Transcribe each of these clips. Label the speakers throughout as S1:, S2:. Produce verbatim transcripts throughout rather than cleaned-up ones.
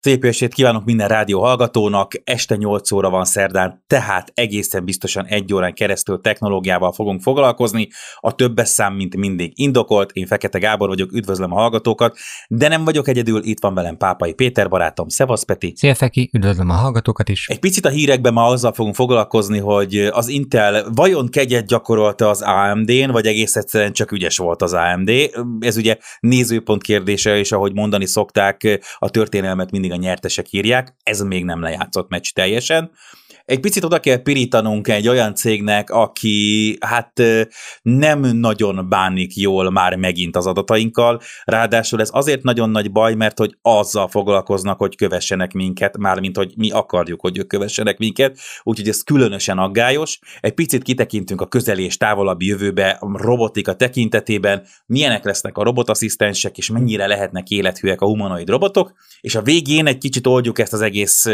S1: Szép jó estét kívánok minden rádió hallgatónak, este nyolc óra van szerdán, tehát egészen biztosan egy órán keresztül technológiával fogunk foglalkozni. A többes szám, mint mindig indokolt, én Fekete Gábor vagyok, üdvözlöm a hallgatókat, de nem vagyok egyedül, itt van velem Pápai Péter barátom, szevasz Peti!
S2: Szia Feki, üdvözlöm a hallgatókat is!
S1: Egy picit a hírekben ma azzal fogunk foglalkozni, hogy az Intel vajon kegyet gyakorolta az á em dén, vagy egész egyszerűen csak ügyes volt az á em dé. Ez ugye nézőpont kérdése, és ahogy mondani szokták, a történelmet mindig a nyertesek írják, ez még nem lejátszott meccs teljesen. Egy picit oda kell pirítanunk egy olyan cégnek, aki hát nem nagyon bánik jól már megint az adatainkkal, ráadásul ez azért nagyon nagy baj, mert hogy azzal foglalkoznak, hogy kövessenek minket, mármint hogy mi akarjuk, hogy ők kövessenek minket, úgyhogy ez különösen aggályos. Egy picit kitekintünk a közeli és távolabbi jövőbe, a robotika tekintetében, milyenek lesznek a robotasszisztensek, és mennyire lehetnek élethűek a humanoid robotok, és a végén egy kicsit oldjuk ezt az egész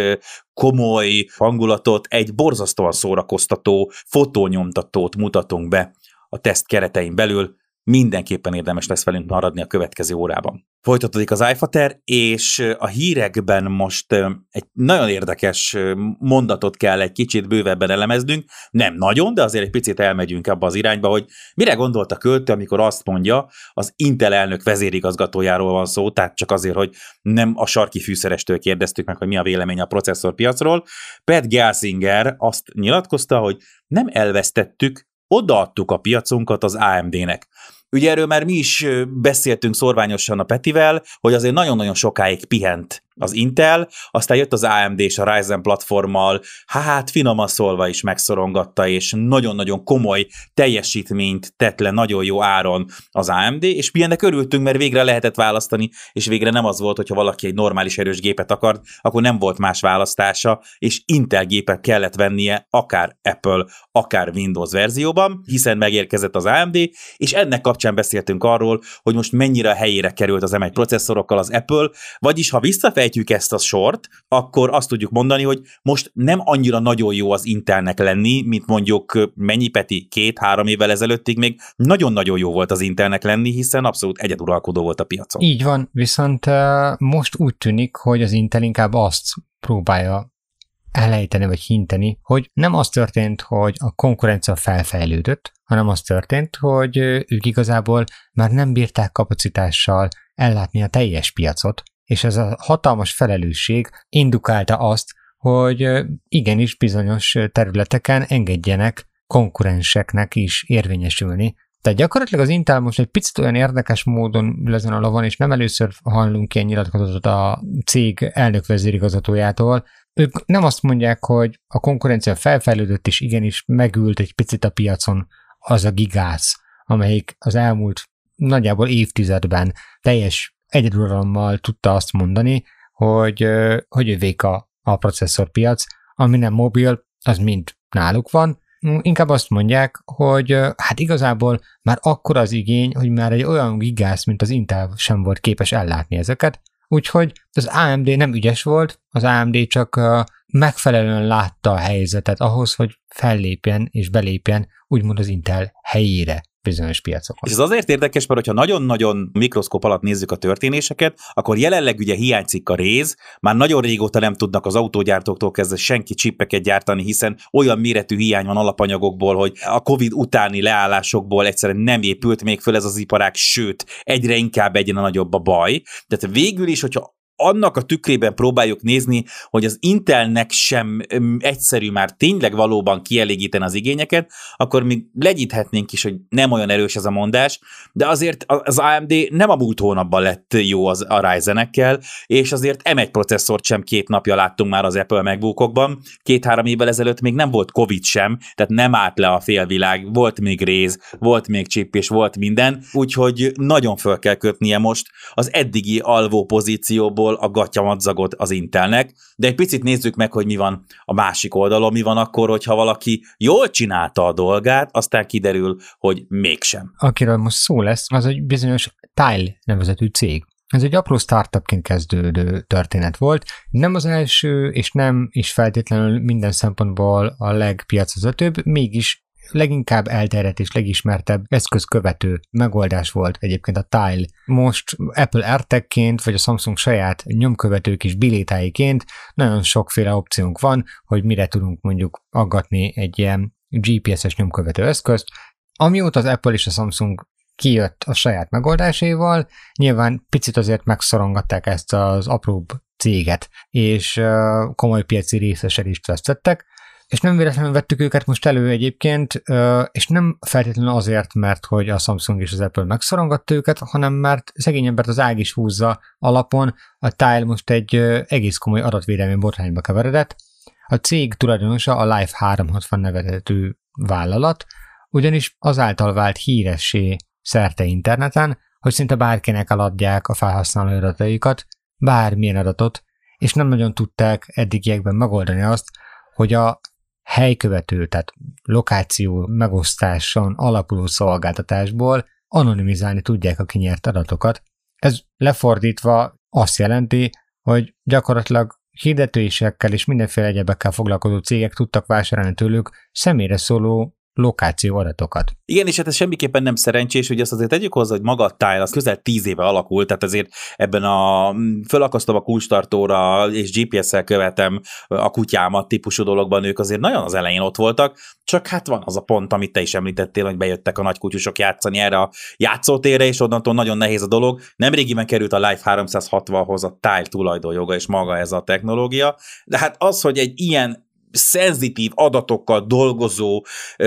S1: komoly hangulatot, egy borzasztóan szórakoztató fotónyomtatót mutatunk be a teszt keretein belül, mindenképpen érdemes lesz velünk maradni a következő órában. Folytatódik az iFater, és a hírekben most egy nagyon érdekes mondatot kell egy kicsit bővebben elemeznünk, nem nagyon, de azért egy picit elmegyünk abba az irányba, hogy mire gondolt a költő, amikor azt mondja, az Intel elnök vezérigazgatójáról van szó, tehát csak azért, hogy nem a sarki fűszerestől kérdeztük meg, hogy mi a vélemény a processzorpiacról. Pat Gelsinger azt nyilatkozta, hogy nem elvesztettük, odaadtuk a piacunkat az á em dének. Ugye erről már mi is beszéltünk szorványosan a Petivel, hogy azért nagyon-nagyon sokáig pihent az Intel, aztán jött az á em dé és a Ryzen platformmal, hát finoman szólva is megszorongatta, és nagyon-nagyon komoly teljesítményt tett le nagyon jó áron az á em dé, és mi ennek örültünk, mert végre lehetett választani, és végre nem az volt, hogyha valaki egy normális erős gépet akart, akkor nem volt más választása, és Intel gépet kellett vennie, akár Apple, akár Windows verzióban, hiszen megérkezett az á em dé, és ennek kapcsán beszéltünk arról, hogy most mennyire a helyére került az em egy processzorokkal az Apple, vagyis ha visszafejtjük ezt a sort, akkor azt tudjuk mondani, hogy most nem annyira nagyon jó az Intelnek lenni, mint mondjuk mennyi Peti, két-három évvel ezelőttig még nagyon-nagyon jó volt az Intelnek lenni, hiszen abszolút egyeduralkodó volt a piacon.
S2: Így van, viszont uh, most úgy tűnik, hogy az Intel inkább azt próbálja elejteni vagy hinteni, hogy nem az történt, hogy a konkurencia felfejlődött, hanem az történt, hogy ők igazából már nem bírták kapacitással ellátni a teljes piacot, és ez a hatalmas felelősség indukálta azt, hogy igenis bizonyos területeken engedjenek konkurenseknek is érvényesülni. Tehát gyakorlatilag az Intel most egy picit olyan érdekes módon ül ezen a lovon, és nem először hallunk ilyen nyilatkozatot a cég elnök vezérigazgatójától. Ők nem azt mondják, hogy a konkurencia felfejlődött, és igenis megült egy picit a piacon az a gigász, amelyik az elmúlt nagyjából évtizedben teljes egyeduralommal tudta azt mondani, hogy, hogy övék a, a processzorpiac, ami nem mobil, az mind náluk van. Inkább azt mondják, hogy hát igazából már akkora az igény, hogy már egy olyan gigász, mint az Intel sem volt képes ellátni ezeket, úgyhogy az á em dé nem ügyes volt, az á em dé csak megfelelően látta a helyzetet ahhoz, hogy fellépjen és belépjen úgymond az Intel helyére bizonyos piacokon.
S1: És ez azért érdekes, mert hogyha nagyon-nagyon mikroszkóp alatt nézzük a történéseket, akkor jelenleg ugye hiányzik a réz, már nagyon régóta nem tudnak az autógyártóktól kezdve senki csippeket gyártani, hiszen olyan méretű hiány van alapanyagokból, hogy a Covid utáni leállásokból egyszerűen nem épült még föl ez az iparág, sőt, egyre inkább egyre nagyobb a baj. Tehát végül is, hogyha annak a tükrében próbáljuk nézni, hogy az Intelnek sem egyszerű már tényleg valóban kielégíteni az igényeket, akkor még legyíthetnénk is, hogy nem olyan erős ez a mondás, de azért az á em dé nem a múlt hónapban lett jó az a Ryzenekkel, és azért em egy processzort sem két napja láttunk már az Apple MacBookokban, két-három évvel ezelőtt még nem volt Covid sem, tehát nem állt le a félvilág, volt még réz, volt még chip és volt minden, úgyhogy nagyon föl kell kötnie most az eddigi alvó pozícióból a gatyamadzagod az Intelnek, de egy picit nézzük meg, hogy mi van a másik oldalon, mi van akkor, hogyha valaki jól csinálta a dolgát, aztán kiderül, hogy mégsem.
S2: Akiről most szó lesz, az egy bizonyos Tile nevezetű cég. Ez egy apró startupként kezdődő történet volt. Nem az első, és nem is feltétlenül minden szempontból a legpiacvezetőbb, mégis leginkább elterjedt és legismertebb eszközkövető megoldás volt egyébként a Tile. Most Apple AirTag-ként, vagy a Samsung saját nyomkövető kis bilétáiként nagyon sokféle opciónk van, hogy mire tudunk mondjuk aggatni egy ilyen gé pé es-es nyomkövető eszközt. Amióta az Apple és a Samsung kijött a saját megoldásaival, nyilván picit azért megszorongatták ezt az apróbb céget, és komoly piaci részesedést vesztettek, és nem véletlenül vettük őket most elő egyébként, és nem feltétlenül azért, mert hogy a Samsung és az Apple megszorongatta őket, hanem mert szegény embert az ág is húzza alapon, a Tile most egy egész komoly adatvédelmi botrányba keveredett. A cég tulajdonosa a Life háromszázhatvan nevezetű vállalat, ugyanis azáltal vált híressé szerte interneten, hogy szinte bárkinek eladják a felhasználó adataikat, bármilyen adatot, és nem nagyon tudták eddigiekben megoldani azt, hogy a helykövető, tehát lokáció megosztáson alapuló szolgáltatásból anonimizálni tudják a kinyert adatokat. Ez lefordítva azt jelenti, hogy gyakorlatilag hirdetőisekkel és mindenféle egyebekkel foglalkozó cégek tudtak vásárolni tőlük személyre szóló lokáció adatokat.
S1: Igen, és hát ez semmiképpen nem szerencsés, hogy azt azért tegyük hozzá, hogy maga a Tile az közel tíz éve alakult, tehát azért ebben a fölakasztom a kulcstartóra és gé pé es-szel követem a kutyámat típusú dologban ők azért nagyon az elején ott voltak, csak hát van az a pont, amit te is említettél, hogy bejöttek a nagy kutyusok játszani erre a játszótérre, és onnantól nagyon nehéz a dolog. Nemrégiben került a Life háromszázhatvanhoz a Tile tulajdonjoga és maga ez a technológia, de hát az, hogy egy ilyen szenzitív adatokkal dolgozó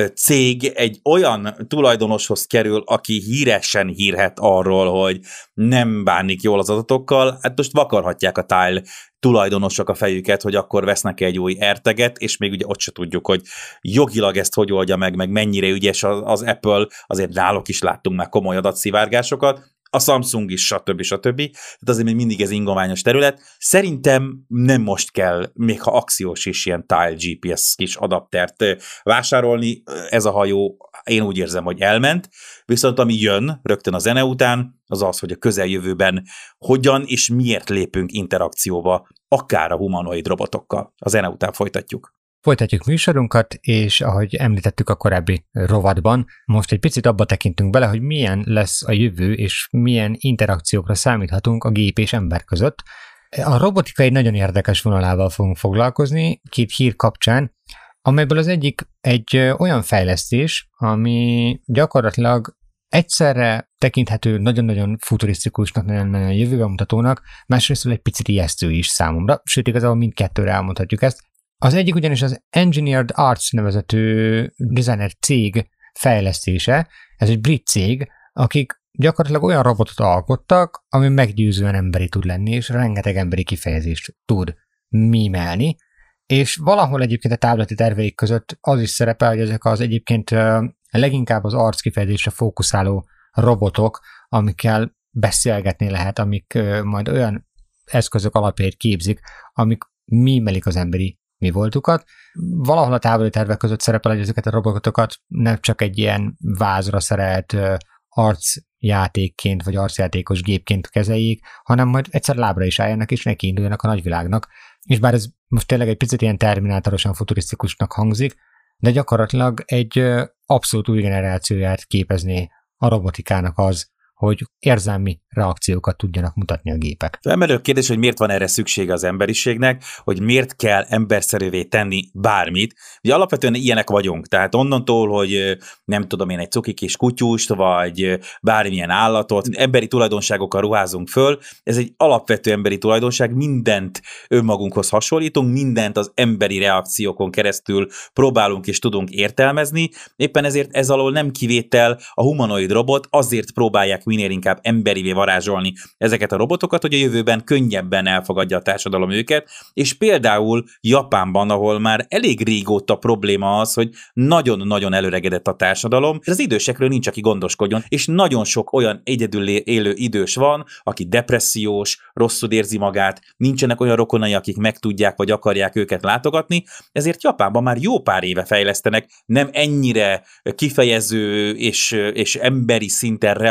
S1: cég egy olyan tulajdonoshoz kerül, aki híresen hírhet arról, hogy nem bánik jól az adatokkal, hát most vakarhatják a Tile tulajdonosok a fejüket, hogy akkor vesznek egy új AirTaget, és még ugye ott se tudjuk, hogy jogilag ezt hogy oldja meg, meg mennyire ügyes az, az Apple, azért náluk is láttunk már komoly adatszivárgásokat, a Samsung is, stb. stb. Tehát azért még mindig ez ingományos terület. Szerintem nem most kell, még ha akciós is ilyen Tile gé pé es kis adaptert vásárolni. Ez a hajó, én úgy érzem, hogy elment. Viszont ami jön rögtön a zene után, az az, hogy a közeljövőben hogyan és miért lépünk interakcióba, akár a humanoid robotokkal. A zene után folytatjuk.
S2: Folytatjuk műsorunkat, és ahogy említettük a korábbi rovatban, most egy picit abba tekintünk bele, hogy milyen lesz a jövő, és milyen interakciókra számíthatunk a gép és ember között. A robotika egy nagyon érdekes vonalával fogunk foglalkozni, két hír kapcsán, amelyből az egyik egy olyan fejlesztés, ami gyakorlatilag egyszerre tekinthető nagyon-nagyon futurisztikusnak, nagyon-nagyon jövőbe mutatónak, másrészt egy picit ijesztő is számomra, sőt igazából mindkettőre elmondhatjuk ezt. Az egyik ugyanis az Engineered Arts nevezetű designer cég fejlesztése, ez egy brit cég, akik gyakorlatilag olyan robotot alkottak, ami meggyőzően emberi tud lenni, és rengeteg emberi kifejezést tud mímelni, és valahol egyébként a táblati terveik között az is szerepel, hogy ezek az egyébként leginkább az arc kifejezésre fókuszáló robotok, amikkel beszélgetni lehet, amik majd olyan eszközök alapjait képzik, amik mímelik az emberi mi voltukat. Valahol a távoli tervek között szerepel, hogy ezeket a robotokat nem csak egy ilyen vázra szerelt arcjátékként vagy arcjátékos gépként kezeljék, hanem majd egyszer lábra is álljanak és neki induljanak a nagyvilágnak. És bár ez most tényleg egy picit ilyen terminátorosan futurisztikusnak hangzik, de gyakorlatilag egy abszolút új generációját képezné a robotikának az, hogy érzelmi reakciókat tudjanak mutatni a gépek.
S1: Felmerül a kérdés, hogy miért van erre szüksége az emberiségnek, hogy miért kell emberszerűvé tenni bármit. Ugye alapvetően ilyenek vagyunk, tehát onnantól, hogy nem tudom én egy cuki kis kutyust, vagy bármilyen állatot, emberi tulajdonságokkal ruházunk föl, ez egy alapvető emberi tulajdonság, mindent önmagunkhoz hasonlítunk, mindent az emberi reakciókon keresztül próbálunk és tudunk értelmezni, éppen ezért ez alól nem kivétel a humanoid robot, azért próbálják minél inkább emberivé varázsolni ezeket a robotokat, hogy a jövőben könnyebben elfogadja a társadalom őket, és például Japánban, ahol már elég régóta probléma az, hogy nagyon-nagyon előregedett a társadalom, az idősekről nincs, aki gondoskodjon, és nagyon sok olyan egyedül élő idős van, aki depressziós, rosszul érzi magát, nincsenek olyan rokonai, akik meg tudják vagy akarják őket látogatni, ezért Japánban már jó pár éve fejlesztenek nem ennyire kifejező és, és emberi szinten reagáló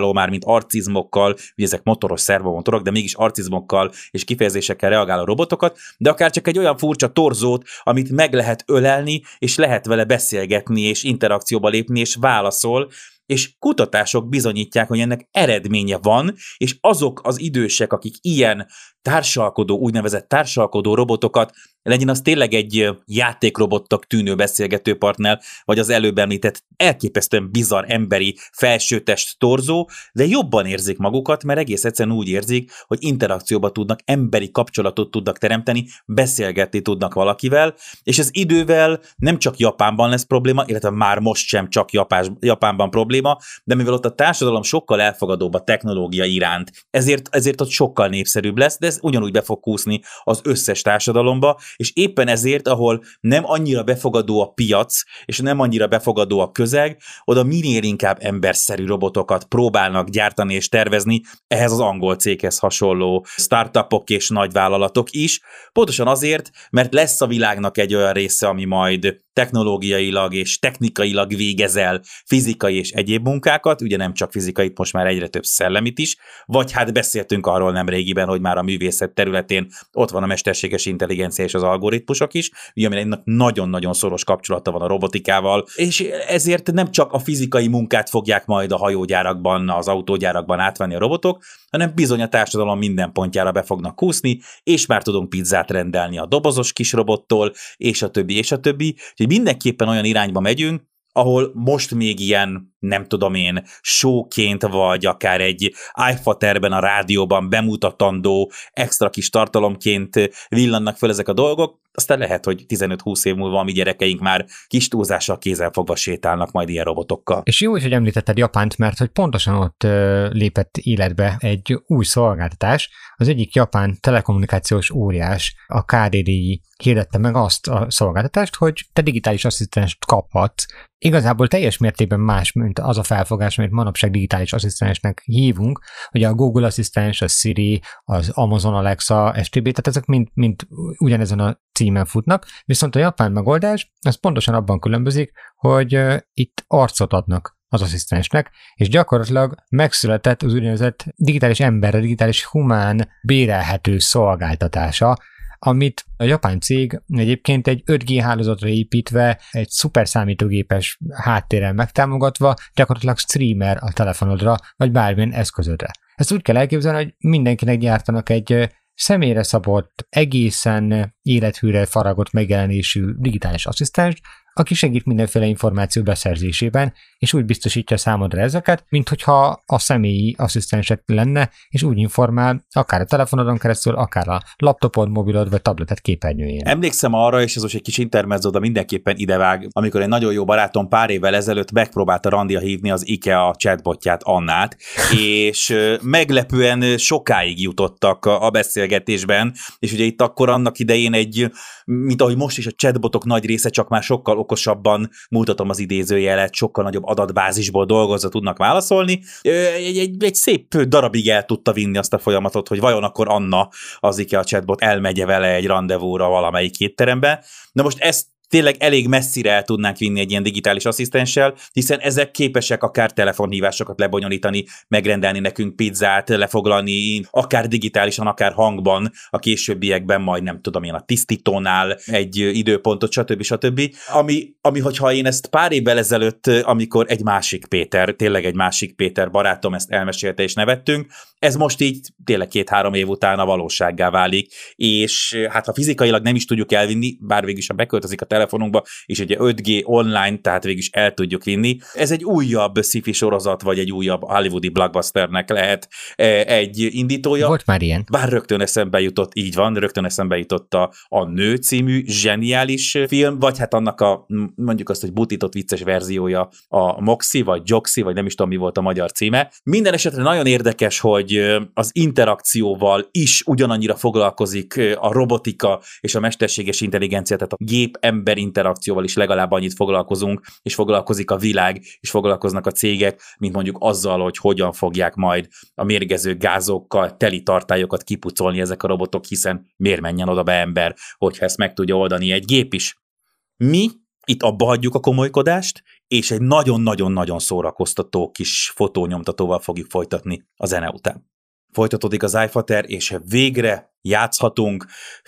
S1: reagáló, már mint arcizmokkal, ugye ezek motoros szervomotorok, de mégis arcizmokkal és kifejezésekkel reagáló robotokat, de akár csak egy olyan furcsa torzót, amit meg lehet ölelni, és lehet vele beszélgetni, és interakcióba lépni, és válaszol, és kutatások bizonyítják, hogy ennek eredménye van, és azok az idősek, akik ilyen társalkodó, úgynevezett társalkodó robotokat, legyen az tényleg egy játékrobottak tűnő beszélgető partner, vagy az előbb említett elképesztően bizarr emberi felsőtest torzó, de jobban érzik magukat, mert egész egyszerűen úgy érzik, hogy interakcióba tudnak, emberi kapcsolatot tudnak teremteni, beszélgetni tudnak valakivel, és ez idővel nem csak Japánban lesz probléma, illetve már most sem csak Japás, Japánban probléma, de mivel ott a társadalom sokkal elfogadóbb a technológia iránt, ezért, ezért ott sokkal népszerűbb lesz, de ez ugyanúgy be fog kúszni az összes társadalomba, és éppen ezért, ahol nem annyira befogadó a piac, és nem annyira befogadó a közeg, oda minél inkább emberszerű robotokat próbálnak gyártani és tervezni, ehhez az angol céghez hasonló startupok és nagyvállalatok is, pontosan azért, mert lesz a világnak egy olyan része, ami majd technológiailag és technikailag végezel fizikai és egyéb munkákat, ugye nem csak fizikait, most már egyre több szellemit is, vagy hát beszéltünk arról nemrégiben, hogy már a művészet területén ott van a mesterséges intelligencia és az algoritmusok is, ugye aminek nagyon-nagyon szoros kapcsolata van a robotikával, és ezért nem csak a fizikai munkát fogják majd a hajógyárakban, az autógyárakban átvenni a robotok, hanem bizony a társadalom minden pontjára be fognak kúszni, és már tudunk pizzát rendelni a dobozos kis robottól, és a többi, és a többi. Úgyhogy mindenképpen olyan irányba megyünk, ahol most még ilyen, nem tudom én, showként, vagy akár egy iFaterben a rádióban bemutatandó extra kis tartalomként villannak föl ezek a dolgok, aztán lehet, hogy tizenöt-húsz év múlva a mi gyerekeink már kis túlzással kézzelfogva sétálnak majd ilyen robotokkal.
S2: És jó, hogy említetted Japánt, mert hogy pontosan ott ö, lépett életbe egy új szolgáltatás. Az egyik japán telekommunikációs óriás, a ká dé dé i hirdette meg azt a szolgáltatást, hogy te digitális asszisztenst kaphatsz. Igazából teljes mértékben más, mint az a felfogás, amit manapság digitális asszisztensnek hívunk, hogy a Google asszisztens, a Siri, az Amazon Alexa, es té bé, tehát ezek mind, mind ugyanezen a címen futnak, viszont a japán megoldás az pontosan abban különbözik, hogy uh, itt arcot adnak az asszisztensnek, és gyakorlatilag megszületett az úgynevezett digitális ember, digitális humán bérelhető szolgáltatása, amit a japán cég egyébként egy öt gé hálózatra építve, egy szuper számítógépes háttérrel megtámogatva, gyakorlatilag streamer a telefonodra, vagy bármilyen eszközödre. Ezt úgy kell elképzelni, hogy mindenkinek gyártanak egy személyre szabott, egészen élethűre faragott megjelenésű digitális asszisztens, aki segít mindenféle információ beszerzésében, és úgy biztosítja számodra ezeket, mint hogyha a személyi asszisztensek lenne, és úgy informál, akár a telefonodon keresztül, akár a laptopod, mobilod, vagy tableted képernyőjén.
S1: Emlékszem arra, és ez most egy kis intermezzo, de mindenképpen idevág, amikor egy nagyon jó barátom pár évvel ezelőtt megpróbálta randira hívni az IKEA chatbotját, Annát, és meglepően sokáig jutottak a beszélgetésben, és ugye itt akkor annak idején egy, mint ahogy most is a chatbotok nagy része, csak már sokkal okosabban, mutatom az idézőjelet, sokkal nagyobb adatbázisból dolgozva tudnak válaszolni. Egy, egy, egy szép darabig el tudta vinni azt a folyamatot, hogy vajon akkor Anna, az IKEA chatbot elmegye vele egy randevúra valamelyik étterembe. Na most ezt tényleg elég messzire el tudnánk vinni egy ilyen digitális asszisztenssel, hiszen ezek képesek akár telefonhívásokat lebonyolítani, megrendelni nekünk pizzát, lefoglalni, akár digitálisan, akár hangban, a későbbiekben majd nem tudom én a tisztítónál egy időpontot, stb. stb. Ami, ami, hogyha én ezt pár évvel ezelőtt, amikor egy másik Péter, tényleg egy másik Péter barátom ezt elmesélte és nevettünk, ez most így tényleg két-három év után a valósággá válik, és hát ha fizikailag nem is tudjuk elvinni, bár végül is ha beköltözik a telefonunkba, és ugye öt gé online, tehát végül is el tudjuk vinni. Ez egy újabb sci-fi sorozat, vagy egy újabb hollywoodi blockbusternek lehet egy indítója.
S2: Volt már ilyen.
S1: Bár rögtön eszembe jutott, így van, rögtön eszembe jutott a, a Nő című zseniális film, vagy hát annak a, mondjuk azt, hogy butított vicces verziója, a Moxie, vagy Joxi, vagy nem is tudom, mi volt a magyar címe. Minden esetre nagyon érdekes, hogy az interakcióval is ugyanannyira foglalkozik a robotika és a mesterséges intelligencia, tehát a gép-ember interakcióval is legalább annyit foglalkozunk, és foglalkozik a világ, és foglalkoznak a cégek, mint mondjuk azzal, hogy hogyan fogják majd a mérgező gázokkal teli tartályokat kipucolni ezek a robotok, hiszen miért menjen oda be ember, hogyha ezt meg tudja oldani egy gép is. Mi itt abba hagyjuk a komolykodást, és egy nagyon-nagyon-nagyon szórakoztató kis fotónyomtatóval fogjuk folytatni a zene után. Folytatódik az iFater, és végre játszhatunk,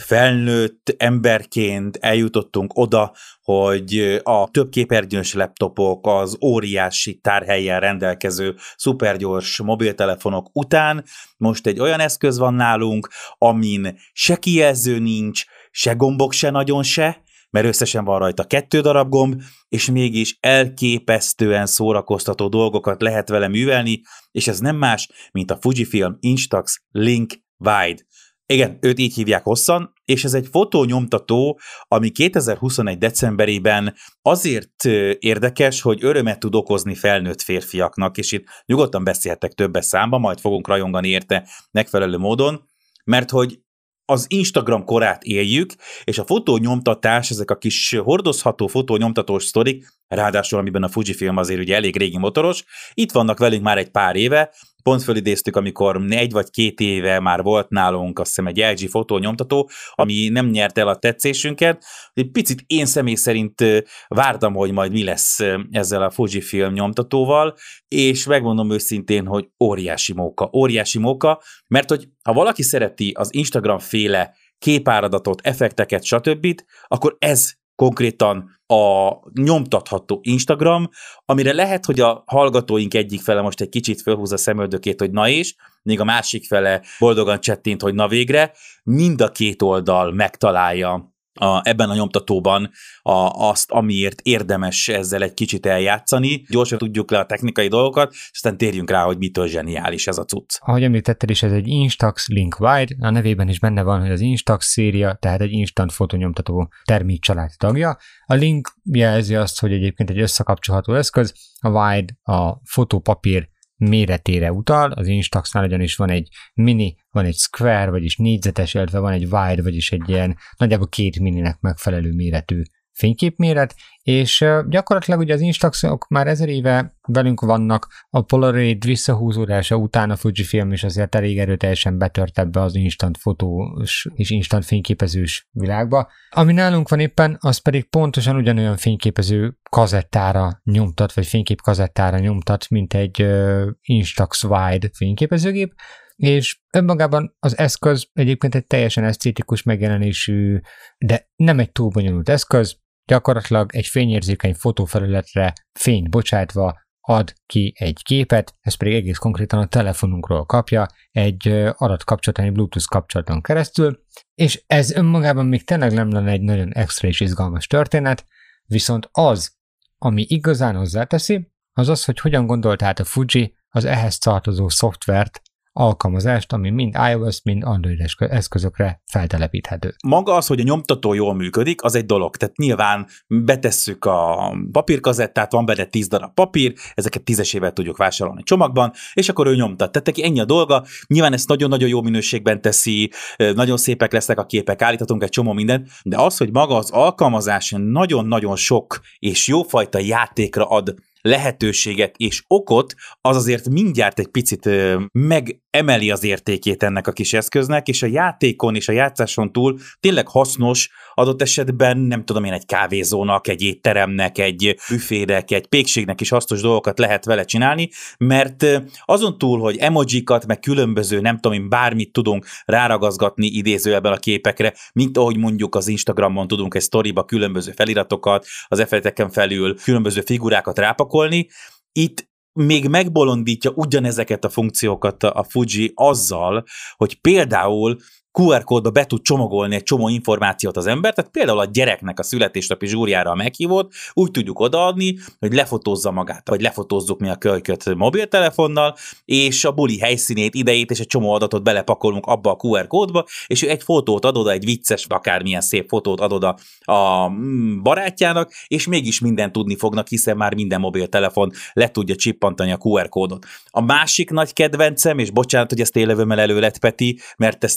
S1: felnőtt emberként eljutottunk oda, hogy a több képernyős laptopok, az óriási tárhelyen rendelkező szupergyors mobiltelefonok után most egy olyan eszköz van nálunk, amin se kijelző nincs, se gombok se nagyon se, mert összesen van rajta kettő darab gomb, és mégis elképesztően szórakoztató dolgokat lehet vele művelni, és ez nem más, mint a Fujifilm Instax Link Wide. Igen, őt így hívják hosszan, és ez egy fotónyomtató, ami kétezer-huszonegy decemberében azért érdekes, hogy örömet tud okozni felnőtt férfiaknak, és itt nyugodtan beszéltek többes számba, majd fogunk rajongani érte megfelelő módon, mert hogy az Instagram korát éljük, és a fotónyomtatás, ezek a kis hordozható fotónyomtatós sztorik, ráadásul amiben a Fujifilm azért ugye elég régi motoros, itt vannak velünk már egy pár éve, pont fölidéztük, amikor egy vagy két éve már volt nálunk, azt hiszem, egy el gé fotónyomtató, ami nem nyerte el a tetszésünket. Egy picit én személy szerint vártam, hogy majd mi lesz ezzel a Fujifilm nyomtatóval, és megmondom őszintén, hogy óriási móka, óriási móka, mert hogy ha valaki szereti az Instagram féle képáradatot, effekteket, stb., akkor ez konkrétan a nyomtatható Instagram, amire lehet, hogy a hallgatóink egyik fele most egy kicsit fölhúzza a szemöldökét, hogy na és, még a másik fele boldogan csettint, hogy na végre, mind a két oldal megtalálja a, ebben a nyomtatóban a, azt, amiért érdemes ezzel egy kicsit eljátszani. Gyorsan tudjuk le a technikai dolgokat, és aztán térjünk rá, hogy mitől zseniális ez a cucc.
S2: Ahogy említetted is, ez egy Instax Link Wide, a nevében is benne van, hogy az Instax széria, tehát egy instant fotónyomtató termékcsalád tagja. A Link jelzi azt, hogy egyébként egy összekapcsolható eszköz, a Wide a fotópapír méretére utal, az Instaxnál ugyanis van egy mini, van egy square, vagyis négyzetes, illetve van egy wide, vagyis egy ilyen nagyjából két mininek megfelelő méretű fényképméret, és gyakorlatilag ugye az Instaxok már ezer éve velünk vannak, a Polaroid visszahúzódása után a Fujifilm is azért elég erőteljesen betört ebbe az instant fotós és instant fényképezős világba. Ami nálunk van éppen, az pedig pontosan ugyanolyan fényképező kazettára nyomtat, vagy fénykép kazettára nyomtat, mint egy uh, Instax Wide fényképezőgép, és önmagában az eszköz egyébként egy teljesen esztétikus megjelenésű, de nem egy túl bonyolult eszköz, gyakorlatilag egy fényérzékeny fotófelületre fényt bocsátva ad ki egy képet, ez pedig egész konkrétan a telefonunkról kapja egy adatkapcsolaton, egy Bluetooth kapcsolaton keresztül, és ez önmagában még tényleg nem lenne egy nagyon extra és izgalmas történet, viszont az, ami igazán hozzáteszi, az az, hogy hogyan gondolt át a Fuji az ehhez tartozó szoftvert, alkalmazást, ami mind iOS, mind Android eszközökre feltelepíthető.
S1: Maga az, hogy a nyomtató jól működik, az egy dolog. Tehát nyilván betesszük a papírkazettát, van benne tíz darab papír, ezeket tízesével tudjuk vásárolni csomagban, és akkor ő nyomtat. Tehát neki ennyi a dolga, nyilván ezt nagyon-nagyon jó minőségben teszi, nagyon szépek lesznek a képek, állíthatunk egy csomó mindent, de az, hogy maga az alkalmazás nagyon-nagyon sok és jófajta játékra ad lehetőséget és okot, az azért mindjárt egy picit megemeli az értékét ennek a kis eszköznek, és a játékon és a játszáson túl tényleg hasznos, adott esetben nem tudom én, egy kávézónak, egy étteremnek, egy büfének, egy pékségnek is hasznos dolgokat lehet vele csinálni, mert azon túl, hogy emojikat, meg különböző, nem tudom én, bármit tudunk ráragazgatni idézőjelben a képekre, mint ahogy mondjuk az Instagramon tudunk egy sztoriba különböző feliratokat, az effekteken felül különböző figurákat rápakolni, itt még megbolondítja ugyanezeket a funkciókat a Fuji azzal, hogy például kú er kódba be tud csomagolni egy csomó információt az ember, tehát például a gyereknek a születésnapi zsúrjára a meghívót úgy tudjuk odaadni, hogy lefotózza magát, vagy lefotózzuk mi a kölyköt mobiltelefonnal, és a buli helyszínét, idejét és egy csomó adatot belepakolunk abba a kú er kódba, és ő egy fotót ad oda, egy vicces, akármilyen szép fotót ad oda a barátjának, és mégis mindent tudni fognak, hiszen már minden mobiltelefon le tudja csippantani a kú er kódot. A másik nagy kedvencem, és bocsánat, hogy ezt élevőmmel elő lett, Peti, mert ezt én is akartam,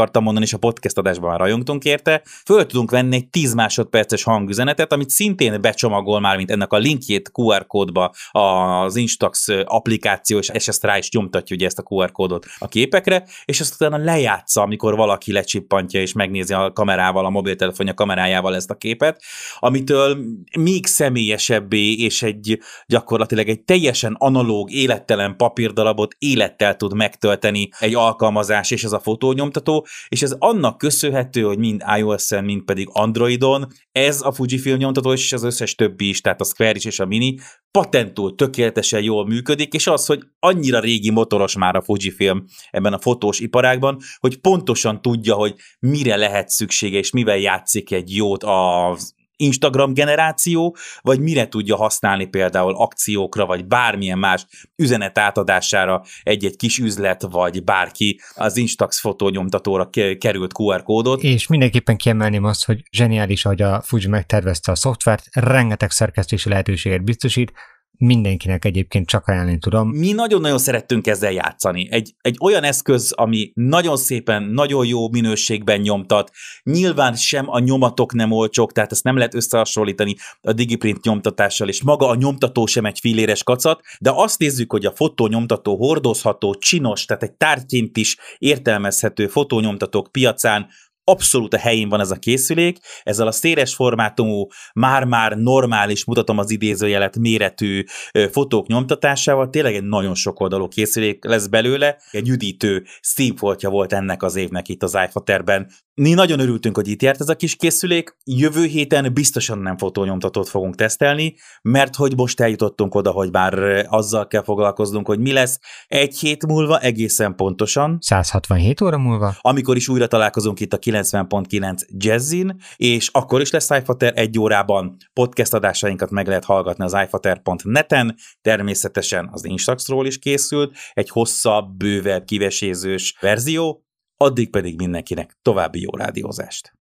S1: akartam mondani, és a podcast adásban már rajongtunk érte, föl tudunk venni egy tíz másodperces hangüzenetet, amit szintén becsomagol már, mint ennek a linkjét kú er kódba az Instax applikáció, és ezt rá is nyomtatja ugye ezt a kú er kódot a képekre, és azt utána lejátsza, amikor valaki lecsippantja és megnézi a kamerával, a mobiltelefonja kamerájával ezt a képet, amitől még személyesebbé és egy gyakorlatilag egy teljesen analóg, élettelen papírdarabot élettel tud megtölteni egy alkalmazás és ez a fotónyomtató, és ez annak köszönhető, hogy mind iOS-en, mind pedig Androidon ez a Fujifilm nyomtató és az összes többi is, tehát a Square is és a Mini patentul tökéletesen jól működik, és az, hogy annyira régi motoros már a Fujifilm ebben a fotós iparágban, hogy pontosan tudja, hogy mire lehet szüksége, és mivel játszik egy jót az Instagram generáció, vagy mire tudja használni például akciókra, vagy bármilyen más üzenet átadására egy-egy kis üzlet, vagy bárki az Instax fotónyomtatóra került kú er kódot.
S2: És mindenképpen kiemelném azt, hogy zseniális, ahogy a Fuji megtervezte a szoftvert, rengeteg szerkesztési lehetőséget biztosít, mindenkinek egyébként csak ajánlani tudom.
S1: Mi nagyon-nagyon szerettünk ezzel játszani. Egy, egy olyan eszköz, ami nagyon szépen, nagyon jó minőségben nyomtat. Nyilván sem a nyomatok nem olcsók, tehát ezt nem lehet összehasonlítani a Digiprint nyomtatással, és maga a nyomtató sem egy filléres kacat, de azt nézzük, hogy a fotónyomtató hordozható, csinos, tehát egy tárgyként is értelmezhető fotónyomtatók piacán abszolút a helyén van ez a készülék, ezzel a széles formátumú, már-már normális, mutatom az idézőjelet, méretű fotók nyomtatásával tényleg egy nagyon sokoldalú készülék lesz belőle. Egy üdítő színfoltja volt ennek az évnek itt az iFaterben. Mi nagyon örültünk, hogy itt járt ez a kis készülék. Jövő héten biztosan nem fotónyomtatót fogunk tesztelni, mert hogy most eljutottunk oda, hogy már azzal kell foglalkoznunk, hogy mi lesz egy hét múlva egészen pontosan.
S2: száz hatvanhét óra múlva.
S1: Amikor is újra találkozunk itt a kilencven pont kilenc Jazzin, és akkor is lesz iFater egy órában. Podcast adásainkat meg lehet hallgatni az iFater pont net-en, természetesen az Instaxról is készült, egy hosszabb, bővebb, kivesézős verzió, addig pedig mindenkinek további jó rádiózást.